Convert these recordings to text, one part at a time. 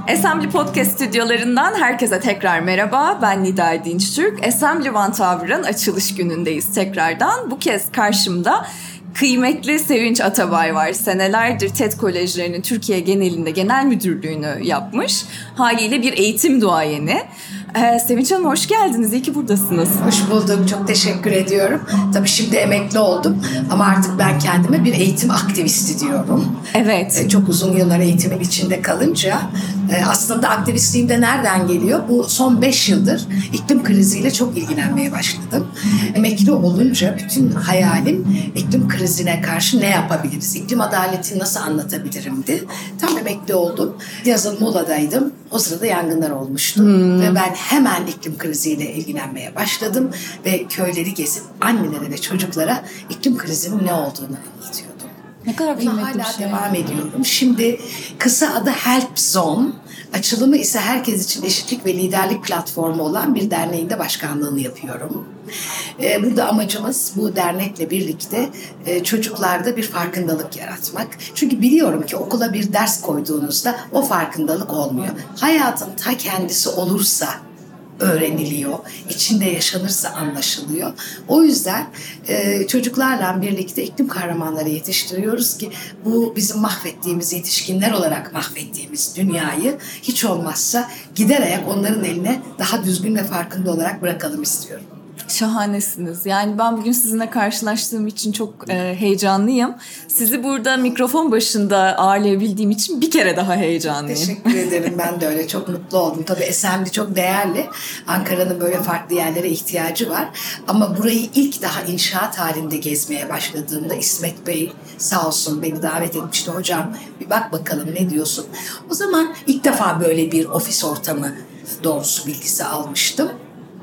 Assembly Podcast stüdyolarından herkese tekrar merhaba. Ben Nida Dinçtürk. Assembly One Tower'ın açılış günündeyiz tekrardan. Bu kez karşımda kıymetli Sevinç Atabay var. Senelerdir TED Kolejlerinin Türkiye genelinde genel müdürlüğünü yapmış. Haliyle bir eğitim duayeni. Sevinç Hanım hoş geldiniz. İyi ki buradasınız. Hoş bulduk. Çok teşekkür ediyorum. Tabii şimdi emekli oldum ama artık ben kendime bir eğitim aktivisti diyorum. Evet. Çok uzun yıllar eğitimin içinde kalınca aslında aktivistliğim de nereden geliyor? Bu son 5 yıldır iklim kriziyle çok ilgilenmeye başladım. Emekli olunca bütün hayalim iklim krizine karşı ne yapabiliriz? İklim adaletini nasıl anlatabilirimdi? Tam emekli oldum. Yazın Muğla'daydım. O sırada yangınlar olmuştu. Ve ben hemen iklim kriziyle ilgilenmeye başladım. Ve köyleri gezip annelere ve çocuklara iklim krizinin ne olduğunu anlatıyordum. Ne kadar kıymetli bir hala şey. devam ediyorum. Şimdi kısa adı Help Zone, açılımı ise herkes için eşitlik ve liderlik platformu olan bir derneğin de başkanlığını yapıyorum. Burada amacımız bu dernekle birlikte çocuklarda bir farkındalık yaratmak. Çünkü biliyorum ki okula bir ders koyduğunuzda o farkındalık olmuyor. Hayatın ta kendisi olursa öğreniliyor, içinde yaşanırsa anlaşılıyor. O yüzden çocuklarla birlikte iklim kahramanları yetiştiriyoruz ki bu bizim mahvettiğimiz, yetişkinler olarak mahvettiğimiz dünyayı hiç olmazsa gider ayak onların eline daha düzgün ve farkında olarak bırakalım istiyorum. Şahanesiniz. Yani ben bugün sizinle karşılaştığım için çok heyecanlıyım. Sizi burada mikrofon başında ağırlayabildiğim için bir kere daha heyecanlıyım. Teşekkür ederim. Ben de öyle. Çok mutlu oldum. Tabii Assembly çok değerli. Ankara'nın böyle farklı yerlere ihtiyacı var. Ama burayı ilk daha inşaat halinde gezmeye başladığımda İsmet Bey sağ olsun beni davet etmişti. Hocam bir bak bakalım ne diyorsun? O zaman ilk defa böyle bir ofis ortamı doğrusu bilgisi almıştım.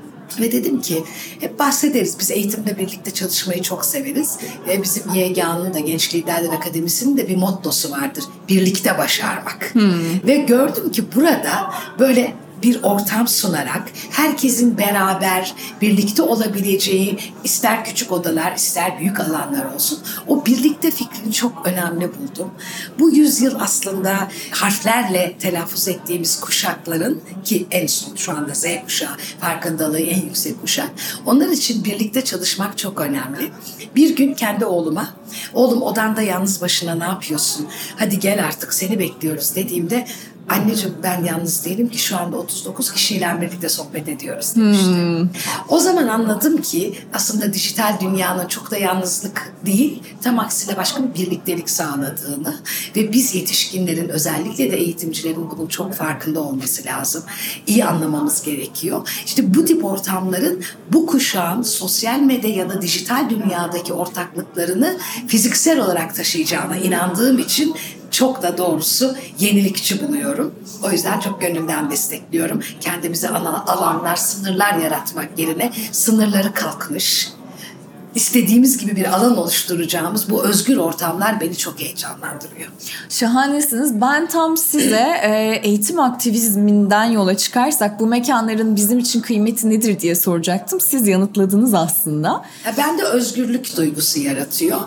Ve dedim ki hep bahsederiz. Biz eğitimle birlikte çalışmayı çok severiz. Ve bizim YGA'nın da Genç Liderler Akademisi'nin de bir mottosu vardır. Birlikte başarmak. Ve gördüm ki burada böyle bir ortam sunarak herkesin beraber birlikte olabileceği ister küçük odalar ister büyük alanlar olsun o birlikte fikrini çok önemli buldum. Bu yüzyıl aslında harflerle telaffuz ettiğimiz kuşakların ki en son şu anda Z kuşağı farkındalığı en yüksek kuşak. Onlar için birlikte çalışmak çok önemli. Bir gün kendi oğlum odanda yalnız başına ne yapıyorsun? Hadi gel artık seni bekliyoruz dediğimde anneciğim ben yalnız değilim ki şu anda 39 kişiyle birlikte sohbet ediyoruz demişti. O zaman anladım ki aslında dijital dünyanın çok da yalnızlık değil, tam aksine başka bir birliktelik sağladığını ve biz yetişkinlerin özellikle de eğitimcilerin bunun çok farkında olması lazım. İyi anlamamız gerekiyor. İşte bu tip ortamların bu kuşağın sosyal medya ya da dijital dünyadaki ortaklıklarını fiziksel olarak taşıyacağına inandığım için çok da doğrusu yenilikçi buluyorum. O yüzden çok gönülden destekliyorum. Kendimize alanlar, sınırlar yaratmak yerine sınırları kalkmış, istediğimiz gibi bir alan oluşturacağımız bu özgür ortamlar beni çok heyecanlandırıyor. Şahanesiniz. Ben tam size eğitim aktivizminden yola çıkarsak bu mekanların bizim için kıymeti nedir diye soracaktım. Siz yanıtladınız aslında. Bende özgürlük duygusu yaratıyor.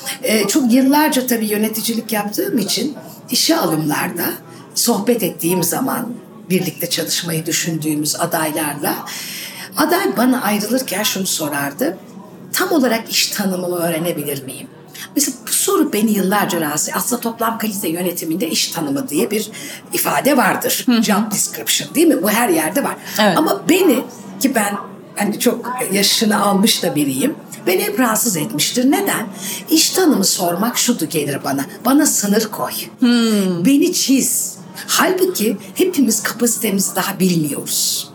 Çok yıllarca tabii yöneticilik yaptığım için işe alımlarda sohbet ettiğim zaman birlikte çalışmayı düşündüğümüz adaylarla aday bana ayrılırken şunu sorardı. Tam olarak iş tanımımı öğrenebilir miyim? Mesela bu soru beni yıllarca rahatsız ediyor. Aslında toplam kalite yönetiminde iş tanımı diye bir ifade vardır. Job description değil mi? Bu her yerde var. Evet. Ama beni ki ben hani çok yaşını almış da biriyim. Beni hep rahatsız etmiştir. Neden? İş tanımı sormak şudu gelir bana. Bana sınır koy. Beni çiz. Halbuki hepimiz kapasitemizi daha bilmiyoruz.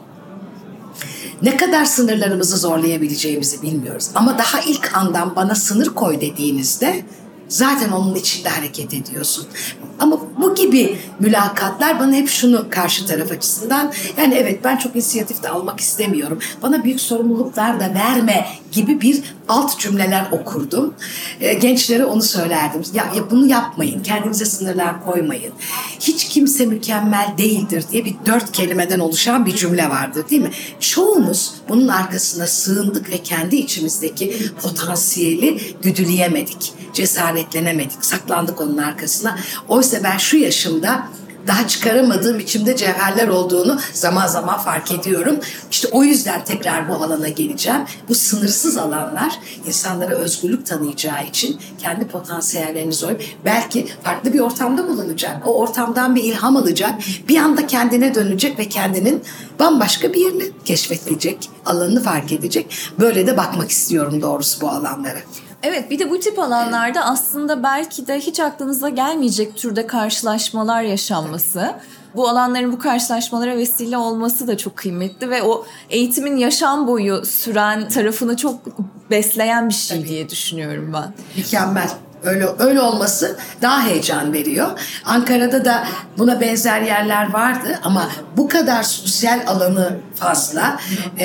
Ne kadar sınırlarımızı zorlayabileceğimizi bilmiyoruz. Ama daha ilk andan bana sınır koy dediğinizde zaten onun içinde hareket ediyorsun. Ama bu gibi mülakatlar bana hep şunu karşı taraf açısından yani evet ben çok inisiyatif de almak istemiyorum. Bana büyük sorumluluklar da verme gibi bir alt cümleler okurdum. Gençlere onu söylerdim. Ya bunu yapmayın. Kendinize sınırlar koymayın. Hiç kimse mükemmel değildir diye bir 4 kelimeden oluşan bir cümle vardır değil mi? Çoğumuz bunun arkasına sığındık ve kendi içimizdeki potansiyeli güdüleyemedik. Cesaretlenemedik. Saklandık onun arkasına. Oysa ben şu yaşımda daha çıkaramadığım içimde cevherler olduğunu zaman zaman fark ediyorum. İşte o yüzden tekrar bu alana geleceğim. Bu sınırsız alanlar insanlara özgürlük tanıyacağı için kendi potansiyellerini zorlayıp belki farklı bir ortamda bulunacak. O ortamdan bir ilham alacak. Bir anda kendine dönecek ve kendinin bambaşka bir yerini keşfedecek, alanını fark edecek. Böyle de bakmak istiyorum doğrusu bu alanlara. Evet, bir de bu tip alanlarda aslında belki de hiç aklınıza gelmeyecek türde karşılaşmalar yaşanması, bu alanların bu karşılaşmalara vesile olması da çok kıymetli ve o eğitimin yaşam boyu süren tarafını çok besleyen bir şey diye düşünüyorum ben. Mükemmel. Öyle olması daha heyecan veriyor. Ankara'da da buna benzer yerler vardı ama bu kadar sosyal alanı fazla,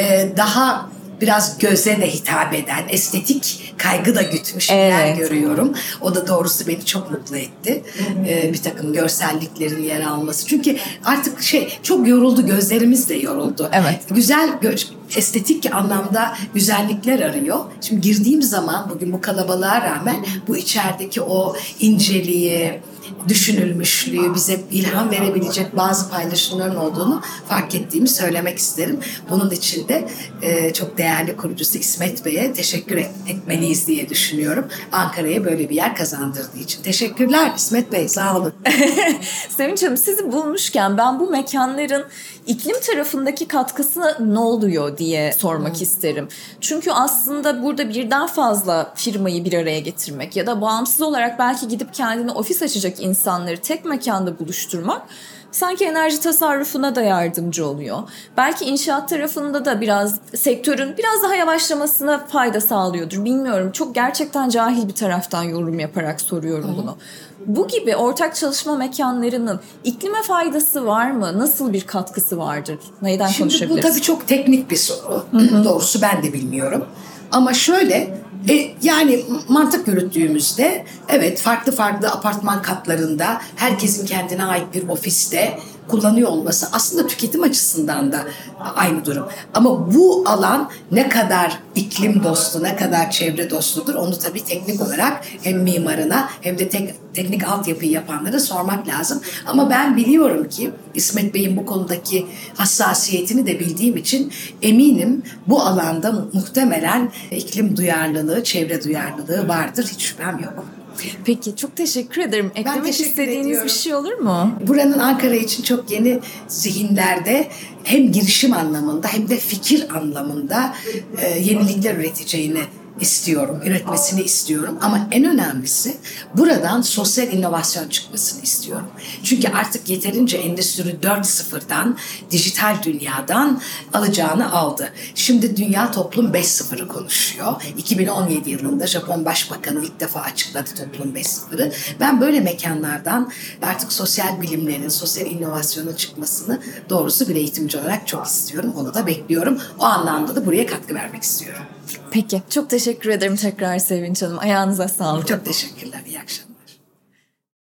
daha biraz göze de hitap eden, estetik kaygı da gütmüş bir yer görüyorum. O da doğrusu beni çok mutlu etti. Bir takım görselliklerin yer alması. Çünkü artık çok yoruldu, gözlerimiz de yoruldu. Evet. Güzel estetik anlamda güzellikler arıyor. Şimdi girdiğim zaman bugün bu kalabalığa rağmen bu içerideki o inceliği, düşünülmüşlüğü, bize ilham verebilecek bazı paylaşımların olduğunu fark ettiğimi söylemek isterim. Bunun için de çok değerli kurucusu İsmet Bey'e teşekkür etmeliyiz diye düşünüyorum. Ankara'ya böyle bir yer kazandırdığı için. Teşekkürler İsmet Bey, sağ olun. Sevinç Hanım, sizi bulmuşken ben bu mekanların iklim tarafındaki katkısı ne oluyor diye sormak isterim. Çünkü aslında burada birden fazla firmayı bir araya getirmek ya da bağımsız olarak belki gidip kendine ofis açacak insanları tek mekanda buluşturmak sanki enerji tasarrufuna da yardımcı oluyor. Belki inşaat tarafında da biraz sektörün biraz daha yavaşlamasına fayda sağlıyordur. Bilmiyorum. Çok gerçekten cahil bir taraftan yorum yaparak soruyorum bunu. Bu gibi ortak çalışma mekanlarının iklime faydası var mı? Nasıl bir katkısı vardır? Neyden konuşabiliriz? Şimdi bu tabii çok teknik bir soru. Doğrusu ben de bilmiyorum. Ama şöyle, yani mantık yürüttüğümüzde evet farklı apartman katlarında herkesin kendine ait bir ofiste kullanıyor olması aslında tüketim açısından da aynı durum. Ama bu alan ne kadar iklim dostu, ne kadar çevre dostudur onu tabii teknik olarak hem mimarına hem de teknik altyapıyı yapanlara sormak lazım. Ama ben biliyorum ki İsmet Bey'in bu konudaki hassasiyetini de bildiğim için eminim bu alanda muhtemelen iklim duyarlılığı, çevre duyarlılığı vardır. Hiç şüphem yok. Peki, çok teşekkür ederim. Eklemek istediğiniz bir şey olur mu? Buranın Ankara için çok yeni zihinlerde hem girişim anlamında hem de fikir anlamında yenilikler üreteceğini istiyorum, üretmesini istiyorum. Ama en önemlisi buradan sosyal inovasyon çıkmasını istiyorum. Çünkü artık yeterince Endüstri 4.0'dan, dijital dünyadan alacağını aldı. Şimdi Dünya Toplum 5.0'ı konuşuyor. 2017 yılında Japon Başbakanı ilk defa açıkladı Toplum 5.0'ı. Ben böyle mekanlardan artık sosyal bilimlerin, sosyal inovasyonun çıkmasını doğrusu bir eğitimci olarak çok istiyorum. Onu da bekliyorum. O anlamda da buraya katkı vermek istiyorum. Peki, çok teşekkür ederim tekrar Sevinç Hanım. Ayağınıza sağlık. Çok teşekkürler. İyi akşamlar.